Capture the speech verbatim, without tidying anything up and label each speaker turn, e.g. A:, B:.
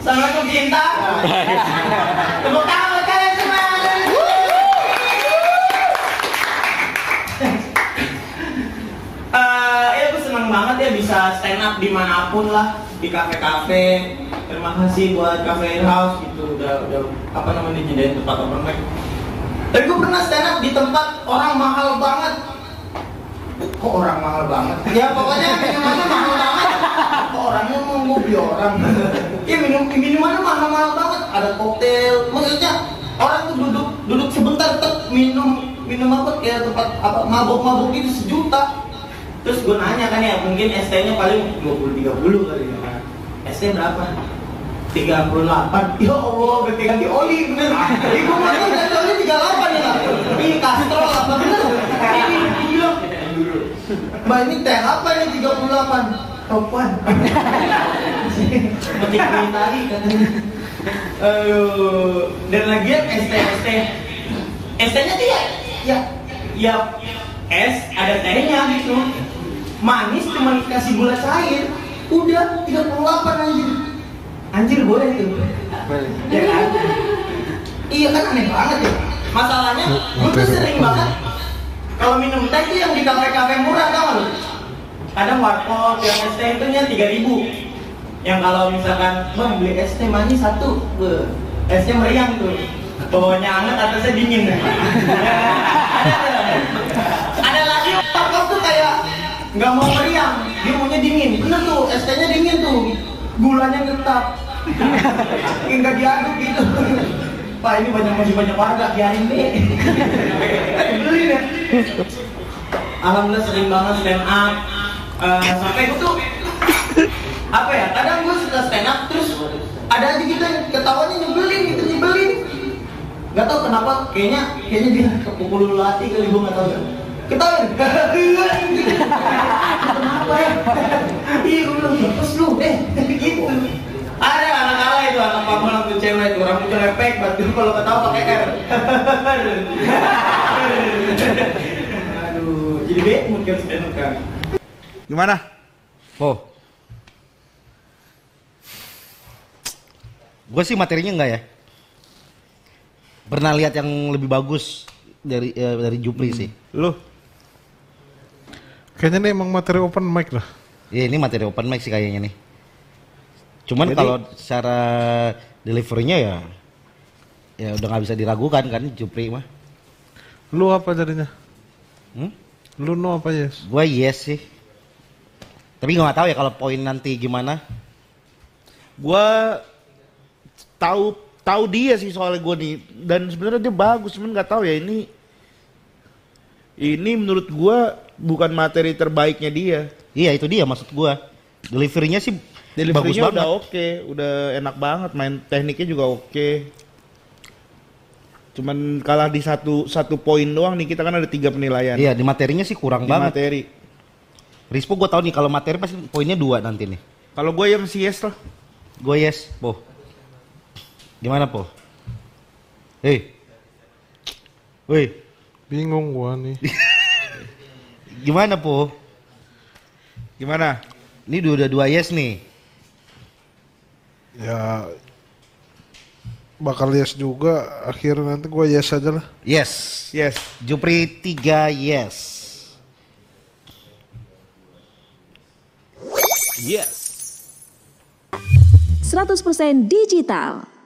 A: Assalamualaikum cinta. Tepuk tangan buat kalian semua. Uh, ya aku senang banget ya bisa stand up dimanapun lah, di kafe-kafe. Terima kasih buat Cafe House gitu, udah udah apa namanya dijadiin tempat open mic. Tapi gue pernah stand up di tempat orang mahal banget. Kok orang mahal banget? Ya pokoknya minumannya mahal banget. Kok orangnya mau gue beli orang? Ya minum minumannya mahal-mahal banget. Ada koktail, maksudnya orang tuh duduk duduk sebentar tetap minum minum apa kayak tempat apa mabok-mabok itu sejuta. Terus gue nanya kan ya, mungkin S T-nya paling dua puluh tiga puluh kali ya kan. S T berapa? tiga puluh delapan. Ya Allah, berarti ganti oli bener. Ini gue makan ganti oli tiga puluh delapan ya. Ini kastrol apa bener? Ini bilang Mbak ini teh apa ini tiga puluh delapan? Topan. Metik tadi katanya. Aduh, dan lagian S T S T. S T-nya tuh ya, ya, ya es ada tehnya gitu. Manis cuma kasih gula cair. Udah tiga puluh delapan anjir. Anjir boleh tuh. Boleh. Ya kan? Iya kan aneh banget ya. Masalahnya gue tuh sering banget kalau minum teh itu yang di kafe-kafe murah tau lu. Kadang warkop yang es teh itu nya tiga ribu. Yang kalau misalkan bang beli es teh manis satu, be, esnya meriang tuh. Bawahnya hangat, atasnya dingin. Ada lagi warkop tuh kayak nggak mau meriang, dia maunya dingin. Bener tuh, es tehnya dingin tuh. Gulanya tetap. Nggak diaduk gitu. Pak ini banyak masih banyak warga, biarin deh. Beli deh. Alhamdulillah sering banget stand up. Uh, sampai gue tuh apa ya? Kadang gue suka stand up terus ada aja gitu yang ketawanya nyebelin gitu nyebelin. Gak tau kenapa, kayaknya kayaknya dia kepukul hati kali gue nggak tahu ya. Ketawain. Kenapa ya? Iya gue bilang lepas lu, eh gitu. Ada anak-anak itu, anak paman atau cewek itu, rambutnya lepek, batu kalau ketawa pakai R. Aduh, jadi bed mungkin stand up kan.
B: Gimana?
C: Oh, gue sih materinya enggak ya. Pernah lihat yang lebih bagus dari eh, dari Jupri hmm. sih.
B: Lu?
D: Kayaknya nih emang materi open mic lah.
C: Iya ini materi open mic sih kayaknya nih. Cuman kalau secara deliverynya ya, ya udah nggak bisa diragukan kan Jupri mah.
D: Lu apa jadinya?
C: Hmm?
D: Lu no apa yes?
C: Gua yes sih. Tapi nggak tahu ya kalau poin nanti gimana.
B: Gua tahu tahu dia sih soalnya gue nih, dan sebenarnya dia bagus, cuman nggak tahu ya ini ini menurut gue bukan materi terbaiknya dia.
C: Iya itu dia maksud gue. Deliverynya sih
B: Deliverynya udah oke, okay, udah enak banget, main tekniknya juga oke. Okay. Cuman kalah di satu satu poin doang nih, kita kan ada tiga penilaian.
C: Iya di materinya sih kurang
B: di
C: banget.
B: Materi.
C: Rispo gue tahu nih kalau materi pasti poinnya dua nanti nih.
B: Kalau gue ya masih yes lah.
C: Gue yes, po. Gimana po? Hei, woi.
D: Bingung gua nih.
C: Gimana po?
B: Gimana?
C: Ini udah dua yes nih.
D: Ya bakal yes juga. Akhirnya nanti gua yes aja lah.
C: Yes,
B: yes.
C: Jupri tiga yes.
B: Yes.
E: seratus persen digital.